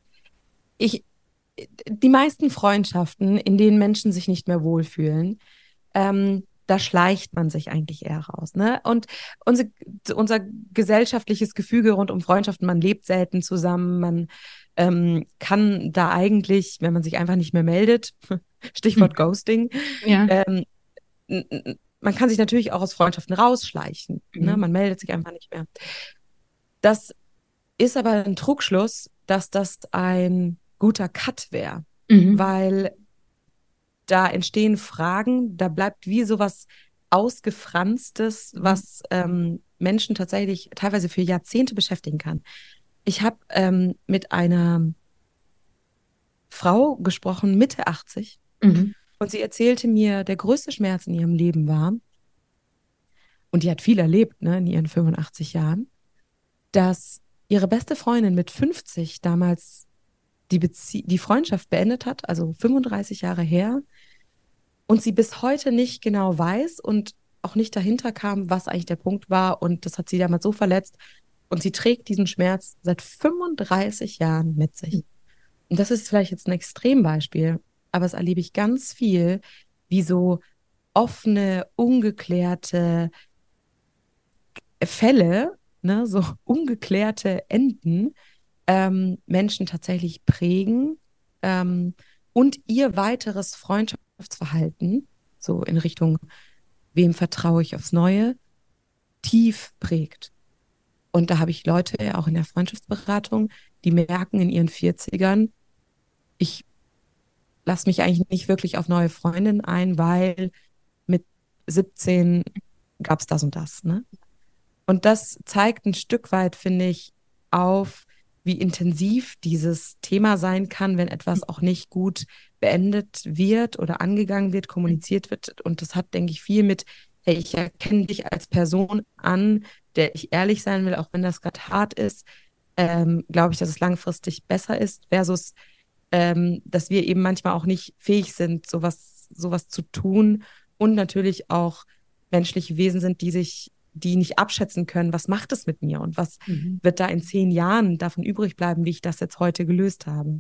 die meisten Freundschaften, in denen Menschen sich nicht mehr wohlfühlen, da schleicht man sich eigentlich eher raus. Ne? Und unser gesellschaftliches Gefüge rund um Freundschaften, man lebt selten zusammen, man kann da eigentlich, wenn man sich einfach nicht mehr meldet, Stichwort Ghosting, Ja. Man kann sich natürlich auch aus Freundschaften rausschleichen. Ne? Man meldet sich einfach nicht mehr. Das ist aber ein Trugschluss, dass das ein guter Cut wäre, weil da entstehen Fragen, da bleibt wie sowas Ausgefranstes, was Menschen tatsächlich teilweise für Jahrzehnte beschäftigen kann. Ich habe mit einer Frau gesprochen, Mitte 80, und sie erzählte mir, der größte Schmerz in ihrem Leben war, und die hat viel erlebt, ne, in ihren 85 Jahren, dass ihre beste Freundin mit 50 damals die Freundschaft beendet hat, also 35 Jahre her, und sie bis heute nicht genau weiß und auch nicht dahinter kam, was eigentlich der Punkt war, und das hat sie damals so verletzt, und sie trägt diesen Schmerz seit 35 Jahren mit sich. Und das ist vielleicht jetzt ein Extrembeispiel, aber es erlebe ich ganz viel, wie so offene, ungeklärte Fälle, ne, so ungeklärte Enden, Menschen tatsächlich prägen und ihr weiteres Freundschaftsverhalten, so in Richtung, wem vertraue ich aufs Neue, tief prägt. Und da habe ich Leute auch in der Freundschaftsberatung, die merken in ihren 40ern, ich lasse mich eigentlich nicht wirklich auf neue Freundinnen ein, weil mit 17 gab es das und das. Ne? Und das zeigt ein Stück weit, finde ich, auf, wie intensiv dieses Thema sein kann, wenn etwas auch nicht gut beendet wird oder angegangen wird, kommuniziert wird. Und das hat, denke ich, viel mit, hey, ich erkenne dich als Person an, der ich ehrlich sein will, auch wenn das gerade hart ist, glaube ich, dass es langfristig besser ist, versus, dass wir eben manchmal auch nicht fähig sind, sowas zu tun, und natürlich auch menschliche Wesen sind, die nicht abschätzen können, was macht es mit mir und was wird da in 10 Jahren davon übrig bleiben, wie ich das jetzt heute gelöst habe.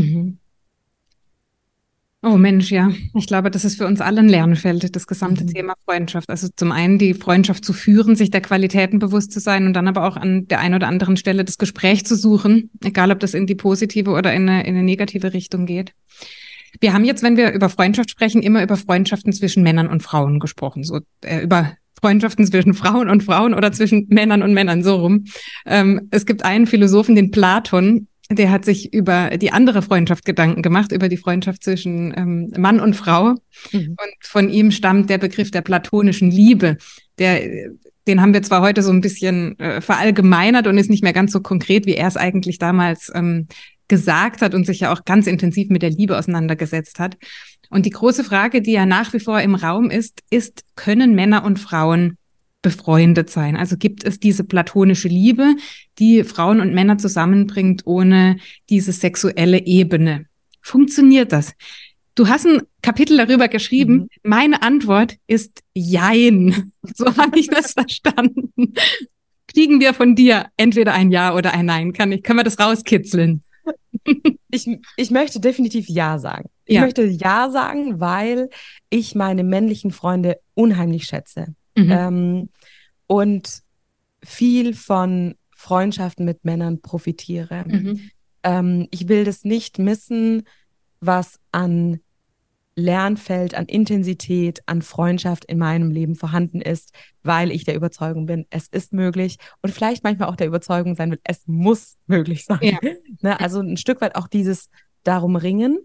Oh Mensch, ja. Ich glaube, das ist für uns alle ein Lernfeld, das gesamte Thema Freundschaft. Also zum einen die Freundschaft zu führen, sich der Qualitäten bewusst zu sein und dann aber auch an der einen oder anderen Stelle das Gespräch zu suchen, egal ob das in die positive oder in eine negative Richtung geht. Wir haben jetzt, wenn wir über Freundschaft sprechen, immer über Freundschaften zwischen Männern und Frauen gesprochen, so über Freundschaften zwischen Frauen und Frauen oder zwischen Männern und Männern, so rum. Es gibt einen Philosophen, den Platon, der hat sich über die andere Freundschaft Gedanken gemacht, über die Freundschaft zwischen Mann und Frau. Und von ihm stammt der Begriff der platonischen Liebe. Den haben wir zwar heute so ein bisschen verallgemeinert und ist nicht mehr ganz so konkret, wie er es eigentlich damals gesagt hat und sich ja auch ganz intensiv mit der Liebe auseinandergesetzt hat. Und die große Frage, die ja nach wie vor im Raum ist, können Männer und Frauen befreundet sein? Also gibt es diese platonische Liebe, die Frauen und Männer zusammenbringt, ohne diese sexuelle Ebene? Funktioniert das? Du hast ein Kapitel darüber geschrieben. Meine Antwort ist Jein. So habe ich das verstanden. Kriegen wir von dir entweder ein Ja oder ein Nein? Können wir das rauskitzeln? Ich möchte definitiv Ja sagen. Ich möchte Ja sagen, weil ich meine männlichen Freunde unheimlich schätze. Und viel von Freundschaften mit Männern profitiere. Ich will das nicht missen, was an Lernfeld, an Intensität, an Freundschaft in meinem Leben vorhanden ist, weil ich der Überzeugung bin, es ist möglich, und vielleicht manchmal auch der Überzeugung sein wird, es muss möglich sein. Ja. Ne? Also ein Stück weit auch dieses darum ringen,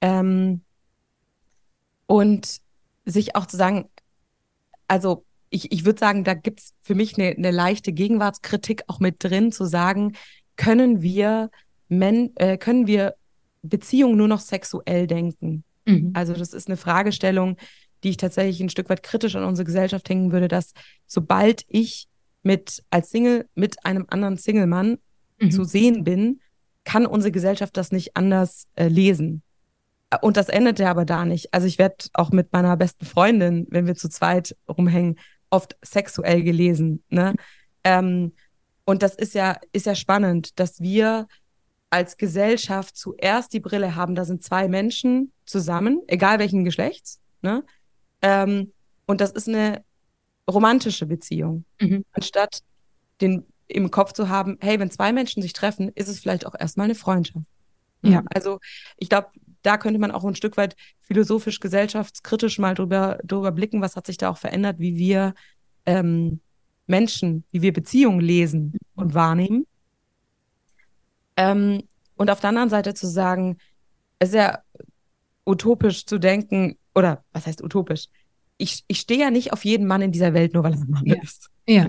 und sich auch zu sagen, also ich würde sagen, da gibt es für mich eine leichte Gegenwartskritik auch mit drin, zu sagen, können wir Beziehungen nur noch sexuell denken? Also das ist eine Fragestellung, die ich tatsächlich ein Stück weit kritisch an unsere Gesellschaft hängen würde, dass sobald ich als Single mit einem anderen Single-Mann zu sehen bin, kann unsere Gesellschaft das nicht anders lesen. Und das endet ja aber da nicht. Also ich werde auch mit meiner besten Freundin, wenn wir zu zweit rumhängen, oft sexuell gelesen. Ne? Und das ist ja spannend, dass wir als Gesellschaft zuerst die Brille haben, da sind zwei Menschen zusammen, egal welchen Geschlechts. Ne? Und das ist eine romantische Beziehung. Anstatt im Kopf zu haben, hey, wenn zwei Menschen sich treffen, ist es vielleicht auch erstmal eine Freundschaft. Ne? Ja. Also ich glaube, da könnte man auch ein Stück weit philosophisch, gesellschaftskritisch mal drüber blicken, was hat sich da auch verändert, wie wir Menschen, wie wir Beziehungen lesen und wahrnehmen. Und auf der anderen Seite zu sagen, es ist ja utopisch zu denken, oder was heißt utopisch? Ich stehe ja nicht auf jeden Mann in dieser Welt, nur weil er ein Mann ist. Ja.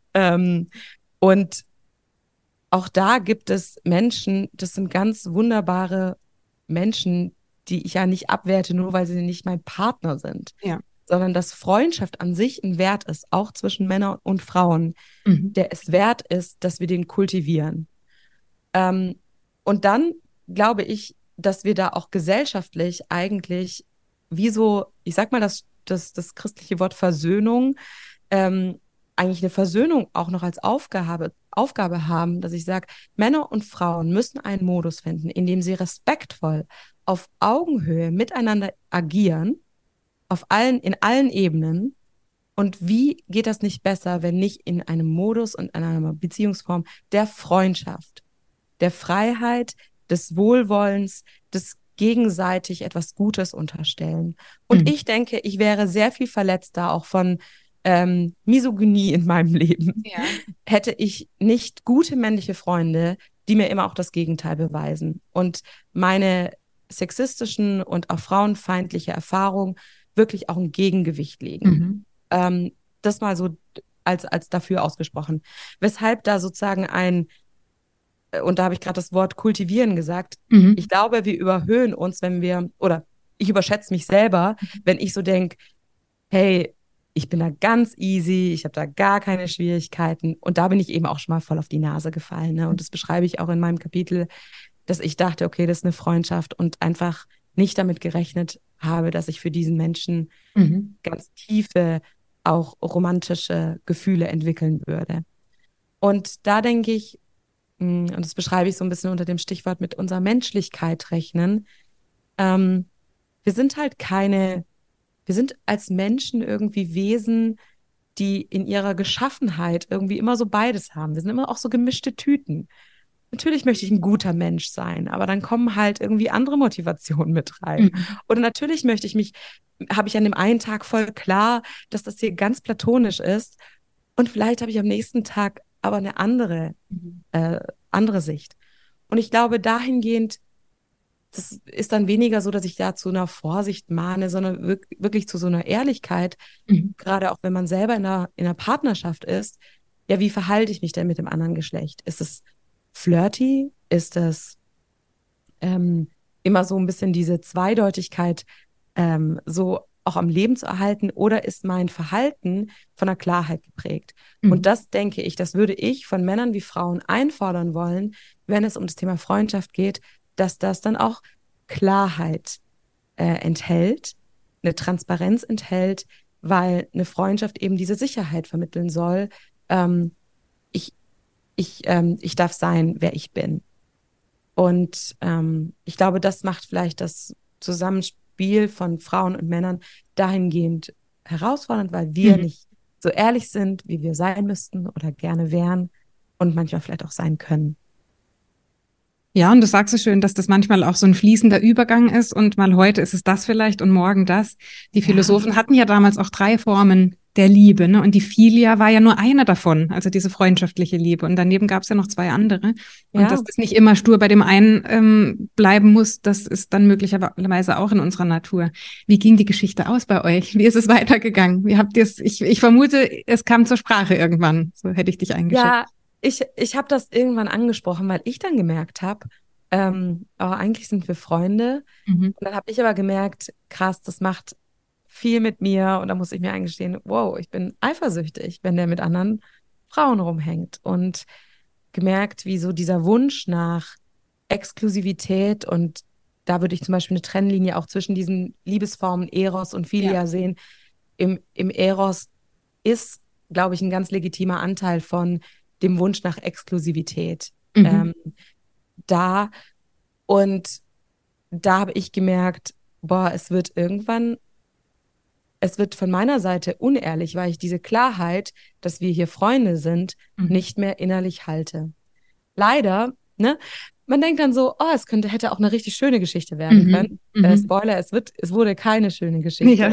Und auch da gibt es Menschen, das sind ganz wunderbare Menschen, die ich ja nicht abwerte, nur weil sie nicht mein Partner sind. Ja. Sondern dass Freundschaft an sich ein Wert ist, auch zwischen Männern und Frauen, der es wert ist, dass wir den kultivieren. Und dann glaube ich, dass wir da auch gesellschaftlich eigentlich wie so, ich sag mal das christliche Wort Versöhnung, eigentlich eine Versöhnung auch noch als Aufgabe haben, dass ich sage, Männer und Frauen müssen einen Modus finden, in dem sie respektvoll auf Augenhöhe miteinander agieren, in allen Ebenen. Und wie geht das nicht besser, wenn nicht in einem Modus und einer Beziehungsform der Freundschaft, der Freiheit, des Wohlwollens, des gegenseitig etwas Gutes unterstellen. Und ich denke, ich wäre sehr viel verletzter auch von Misogynie in meinem Leben, hätte ich nicht gute männliche Freunde, die mir immer auch das Gegenteil beweisen. Und meine sexistischen und auch frauenfeindliche Erfahrungen wirklich auch ein Gegengewicht legen. Das mal so als dafür ausgesprochen. Weshalb da sozusagen und da habe ich gerade das Wort kultivieren gesagt, ich glaube, wir überhöhen uns, oder ich überschätze mich selber, wenn ich so denke, hey, ich bin da ganz easy, ich habe da gar keine Schwierigkeiten. Und da bin ich eben auch schon mal voll auf die Nase gefallen. Ne? Und das beschreibe ich auch in meinem Kapitel, dass ich dachte, okay, das ist eine Freundschaft und einfach nicht damit gerechnet habe, dass ich für diesen Menschen ganz tiefe, auch romantische Gefühle entwickeln würde. Und da denke ich, und das beschreibe ich so ein bisschen unter dem Stichwort mit unserer Menschlichkeit rechnen, wir sind als Menschen irgendwie Wesen, die in ihrer Geschaffenheit irgendwie immer so beides haben. Wir sind immer auch so gemischte Tüten. Natürlich möchte ich ein guter Mensch sein, aber dann kommen halt irgendwie andere Motivationen mit rein. Oder natürlich habe ich an dem einen Tag voll klar, dass das hier ganz platonisch ist. Und vielleicht habe ich am nächsten Tag aber eine andere Sicht. Und ich glaube, dahingehend, das ist dann weniger so, dass ich da zu einer Vorsicht mahne, sondern wirklich zu so einer Ehrlichkeit, gerade auch wenn man selber in einer Partnerschaft ist. Ja, wie verhalte ich mich denn mit dem anderen Geschlecht? Ist es flirty? Ist es immer so ein bisschen diese Zweideutigkeit so auch am Leben zu erhalten? Oder ist mein Verhalten von der Klarheit geprägt? Und das denke ich, das würde ich von Männern wie Frauen einfordern wollen, wenn es um das Thema Freundschaft geht, dass das dann auch Klarheit enthält, eine Transparenz enthält, weil eine Freundschaft eben diese Sicherheit vermitteln soll. Ich darf sein, wer ich bin. Und ich glaube, das macht vielleicht das Zusammenspiel von Frauen und Männern dahingehend herausfordernd, weil wir nicht so ehrlich sind, wie wir sein müssten oder gerne wären und manchmal vielleicht auch sein können. Ja, und du sagst so schön, dass das manchmal auch so ein fließender Übergang ist und mal heute ist es das vielleicht und morgen das. Die Philosophen hatten ja damals auch 3 Formen der Liebe, ne? Und die Philia war ja nur eine davon, also diese freundschaftliche Liebe. Und daneben gab es ja noch 2 andere. Und dass das nicht immer stur bei dem einen bleiben muss, das ist dann möglicherweise auch in unserer Natur. Wie ging die Geschichte aus bei euch? Wie ist es weitergegangen? Wie habt ihr es? Ich vermute, es kam zur Sprache irgendwann. So hätte ich dich eingeschätzt. Ja, ich habe das irgendwann angesprochen, weil ich dann gemerkt habe, eigentlich sind wir Freunde. Und dann habe ich aber gemerkt, krass, das macht viel mit mir. Und da muss ich mir eingestehen, wow, ich bin eifersüchtig, wenn der mit anderen Frauen rumhängt. Und gemerkt, wie so dieser Wunsch nach Exklusivität, und da würde ich zum Beispiel eine Trennlinie auch zwischen diesen Liebesformen Eros und Philia sehen. Im Eros ist, glaube ich, ein ganz legitimer Anteil von dem Wunsch nach Exklusivität da. Und da habe ich gemerkt, boah, es wird von meiner Seite unehrlich, weil ich diese Klarheit, dass wir hier Freunde sind, nicht mehr innerlich halte. Leider, ne? Man denkt dann so, oh, hätte auch eine richtig schöne Geschichte werden können. Spoiler, es wurde keine schöne Geschichte.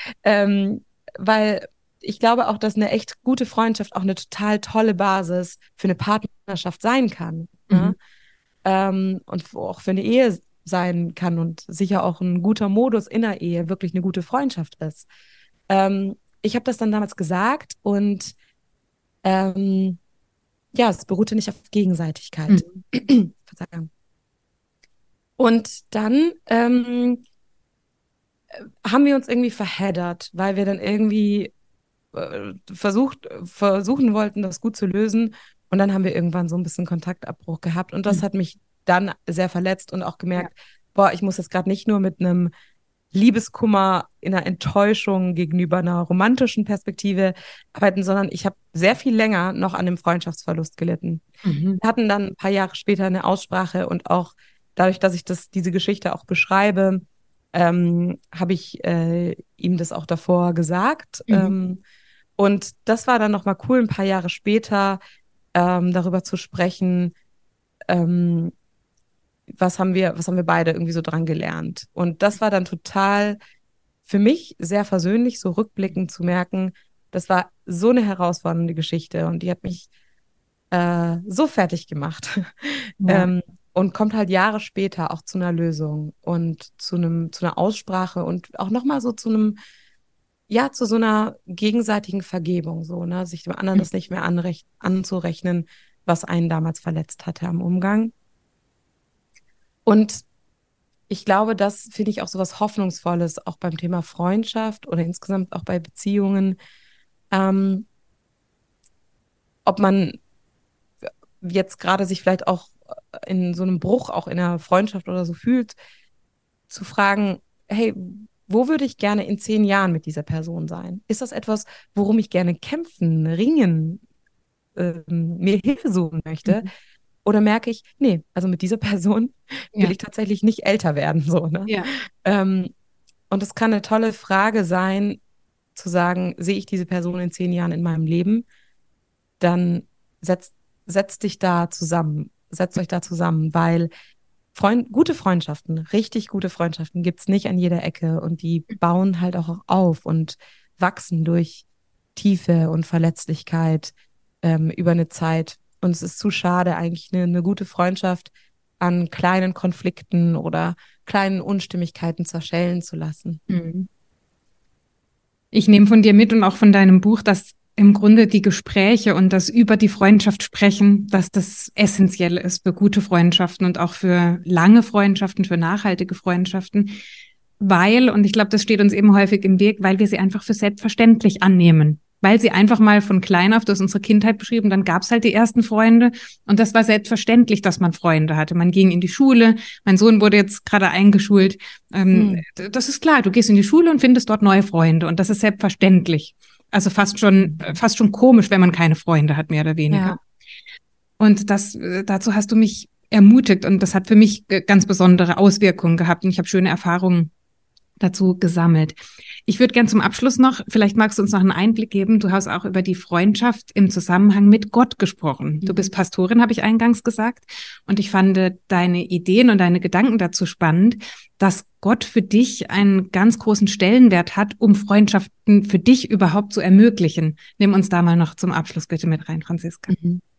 Weil ich glaube auch, dass eine echt gute Freundschaft auch eine total tolle Basis für eine Partnerschaft sein kann. Ne? Und auch für eine Ehe sein kann und sicher auch ein guter Modus in der Ehe wirklich eine gute Freundschaft ist. Ich habe das dann damals gesagt und es beruhte nicht auf Gegenseitigkeit. Verzeihung. Und dann haben wir uns irgendwie verheddert, weil wir dann irgendwie versuchen wollten, das gut zu lösen. Und dann haben wir irgendwann so ein bisschen Kontaktabbruch gehabt. Und das hat mich dann sehr verletzt und auch gemerkt, boah, ich muss jetzt gerade nicht nur mit einem Liebeskummer in einer Enttäuschung gegenüber einer romantischen Perspektive arbeiten, sondern ich habe sehr viel länger noch an dem Freundschaftsverlust gelitten. Wir hatten dann ein paar Jahre später eine Aussprache und auch dadurch, dass ich diese Geschichte auch beschreibe, habe ich ihm das auch davor gesagt. Und das war dann nochmal cool, ein paar Jahre später darüber zu sprechen, was haben wir beide irgendwie so dran gelernt. Und das war dann total für mich sehr versöhnlich, so rückblickend zu merken, das war so eine herausfordernde Geschichte und die hat mich so fertig gemacht. Und kommt halt Jahre später auch zu einer Lösung und zu einer Aussprache und auch nochmal so zu so einer gegenseitigen Vergebung, so, ne, sich dem anderen das nicht mehr anzurechnen, was einen damals verletzt hatte am Umgang. Und ich glaube, das finde ich auch so was Hoffnungsvolles, auch beim Thema Freundschaft oder insgesamt auch bei Beziehungen. Ob man jetzt gerade sich vielleicht auch in so einem Bruch, auch in einer Freundschaft oder so fühlt, zu fragen, hey, wo würde ich gerne in 10 Jahren mit dieser Person sein? Ist das etwas, worum ich gerne kämpfen, ringen, mir Hilfe suchen möchte? Oder merke ich, nee, also mit dieser Person will ich tatsächlich nicht älter werden, so, ne? Und es kann eine tolle Frage sein, zu sagen, sehe ich diese Person in 10 Jahren in meinem Leben? Dann setzt euch da zusammen, weil gute Freundschaften, richtig gute Freundschaften gibt es nicht an jeder Ecke und die bauen halt auch auf und wachsen durch Tiefe und Verletzlichkeit über eine Zeit. Und es ist zu schade, eigentlich eine gute Freundschaft an kleinen Konflikten oder kleinen Unstimmigkeiten zerschellen zu lassen. Ich nehme von dir mit und auch von deinem Buch, dass im Grunde die Gespräche und das über die Freundschaft sprechen, dass das essentiell ist für gute Freundschaften und auch für lange Freundschaften, für nachhaltige Freundschaften, weil, und ich glaube, das steht uns eben häufig im Weg, weil wir sie einfach für selbstverständlich annehmen. Weil sie einfach mal von klein auf, du hast unsere Kindheit beschrieben, dann gab es halt die ersten Freunde und das war selbstverständlich, dass man Freunde hatte. Man ging in die Schule, mein Sohn wurde jetzt gerade eingeschult. Das ist klar, du gehst in die Schule und findest dort neue Freunde und das ist selbstverständlich. Also fast schon komisch, wenn man keine Freunde hat, mehr oder weniger. Und dazu hast du mich ermutigt und das hat für mich ganz besondere Auswirkungen gehabt und ich habe schöne Erfahrungen dazu gesammelt. Ich würde gern zum Abschluss noch, vielleicht magst du uns noch einen Einblick geben, du hast auch über die Freundschaft im Zusammenhang mit Gott gesprochen. Du bist Pastorin, habe ich eingangs gesagt, und ich fand deine Ideen und deine Gedanken dazu spannend, dass Gott für dich einen ganz großen Stellenwert hat, um Freundschaften für dich überhaupt zu ermöglichen. Nimm uns da mal noch zum Abschluss bitte mit rein, Franziska.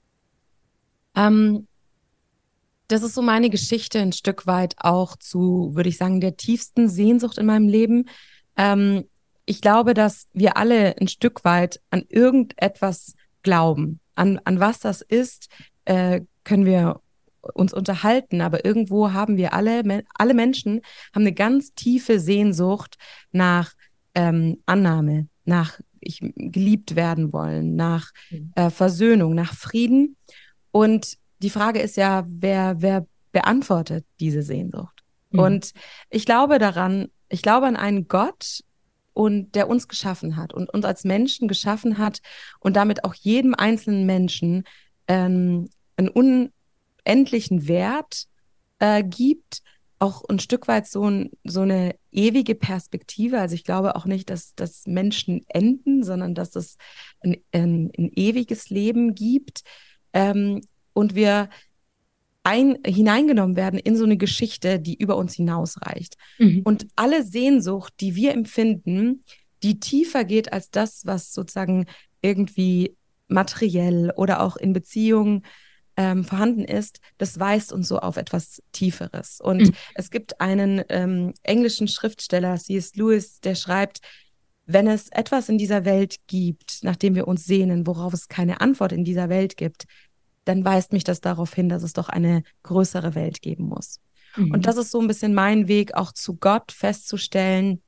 Das ist so meine Geschichte ein Stück weit auch zu, würde ich sagen, der tiefsten Sehnsucht in meinem Leben. Ich glaube, dass wir alle ein Stück weit an irgendetwas glauben. An was das ist, können wir uns unterhalten, aber irgendwo haben wir alle Menschen haben eine ganz tiefe Sehnsucht nach Annahme, nach geliebt werden wollen, nach Versöhnung, nach Frieden. Und die Frage ist ja, wer beantwortet diese Sehnsucht. Und ich glaube an einen Gott, und der uns geschaffen hat und uns als Menschen geschaffen hat und damit auch jedem einzelnen Menschen einen unendlichen Wert gibt, auch ein Stück weit so eine ewige Perspektive. Also ich glaube auch nicht, dass Menschen enden, sondern dass es ein ewiges Leben gibt, und wir hineingenommen werden in so eine Geschichte, die über uns hinausreicht. Und alle Sehnsucht, die wir empfinden, die tiefer geht als das, was sozusagen irgendwie materiell oder auch in Beziehungen vorhanden ist, das weist uns so auf etwas Tieferes. Und es gibt einen englischen Schriftsteller, C.S. Lewis, der schreibt, wenn es etwas in dieser Welt gibt, nach dem wir uns sehnen, worauf es keine Antwort in dieser Welt gibt, dann weist mich das darauf hin, dass es doch eine größere Welt geben muss. Und das ist so ein bisschen mein Weg, auch zu Gott festzustellen,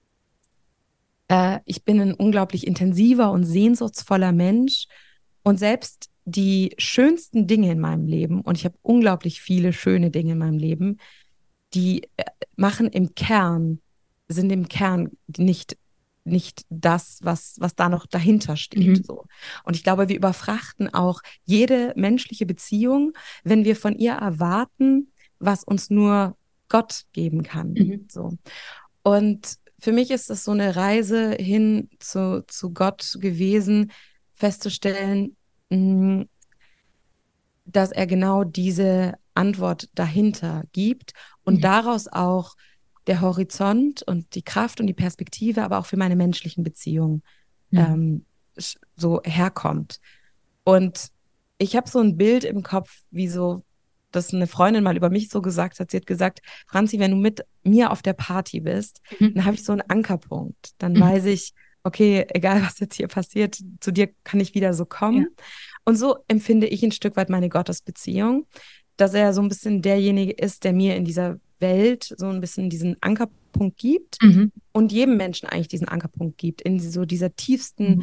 ich bin ein unglaublich intensiver und sehnsuchtsvoller Mensch und selbst die schönsten Dinge in meinem Leben, und ich habe unglaublich viele schöne Dinge in meinem Leben, die sind im Kern nicht das, was da noch dahinter steht. So. Und ich glaube, wir überfrachten auch jede menschliche Beziehung, wenn wir von ihr erwarten, was uns nur Gott geben kann. So. Und für mich ist das so eine Reise hin zu Gott gewesen, festzustellen, dass er genau diese Antwort dahinter gibt und daraus auch der Horizont und die Kraft und die Perspektive, aber auch für meine menschlichen Beziehungen so herkommt. Und ich habe so ein Bild im Kopf, wie so, dass eine Freundin mal über mich so gesagt hat. Sie hat gesagt, Franzi, wenn du mit mir auf der Party bist, dann habe ich so einen Ankerpunkt. Dann weiß ich, okay, egal was jetzt hier passiert, zu dir kann ich wieder so kommen. Ja. Und so empfinde ich ein Stück weit meine Gottesbeziehung, dass er so ein bisschen derjenige ist, der mir in dieser Welt so ein bisschen diesen Ankerpunkt gibt und jedem Menschen eigentlich diesen Ankerpunkt gibt, in so dieser tiefsten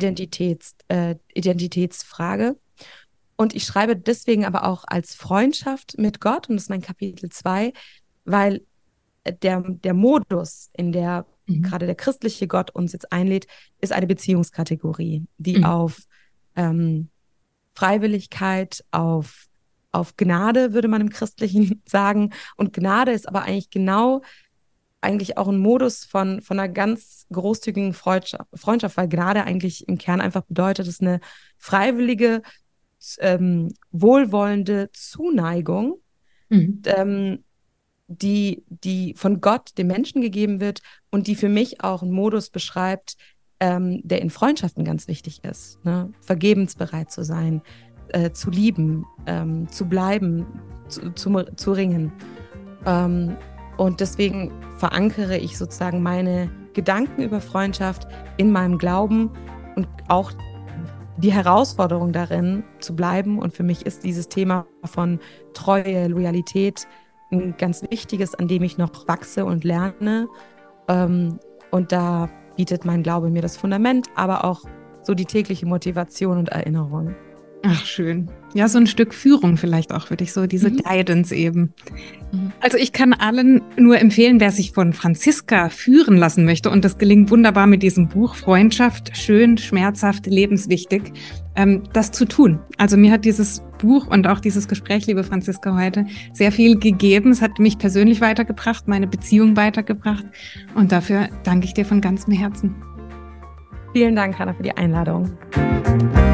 Identitätsfrage. Und ich schreibe deswegen aber auch als Freundschaft mit Gott, und das ist mein Kapitel 2, weil der Modus, in der gerade der christliche Gott uns jetzt einlädt, ist eine Beziehungskategorie, die auf Freiwilligkeit, auf Gnade, würde man im Christlichen sagen. Und Gnade ist aber eigentlich auch ein Modus von einer ganz großzügigen Freundschaft, weil Gnade eigentlich im Kern einfach bedeutet, es ist eine freiwillige, wohlwollende Zuneigung, die von Gott dem Menschen gegeben wird und die für mich auch einen Modus beschreibt, der in Freundschaften ganz wichtig ist, ne? Vergebensbereit zu sein, zu lieben, zu bleiben, zu ringen. Und deswegen verankere ich sozusagen meine Gedanken über Freundschaft in meinem Glauben und auch die Herausforderung darin zu bleiben. Und für mich ist dieses Thema von Treue, Loyalität ein ganz wichtiges, an dem ich noch wachse und lerne. Und da bietet mein Glaube mir das Fundament, aber auch so die tägliche Motivation und Erinnerung. Ach, schön. Ja, so ein Stück Führung vielleicht auch für dich, so diese Guidance eben. Also ich kann allen nur empfehlen, wer sich von Franziska führen lassen möchte, und das gelingt wunderbar mit diesem Buch Freundschaft, schön, schmerzhaft, lebenswichtig, das zu tun. Also mir hat dieses Buch und auch dieses Gespräch, liebe Franziska, heute sehr viel gegeben. Es hat mich persönlich weitergebracht, meine Beziehung weitergebracht, und dafür danke ich dir von ganzem Herzen. Vielen Dank, Hannah, für die Einladung.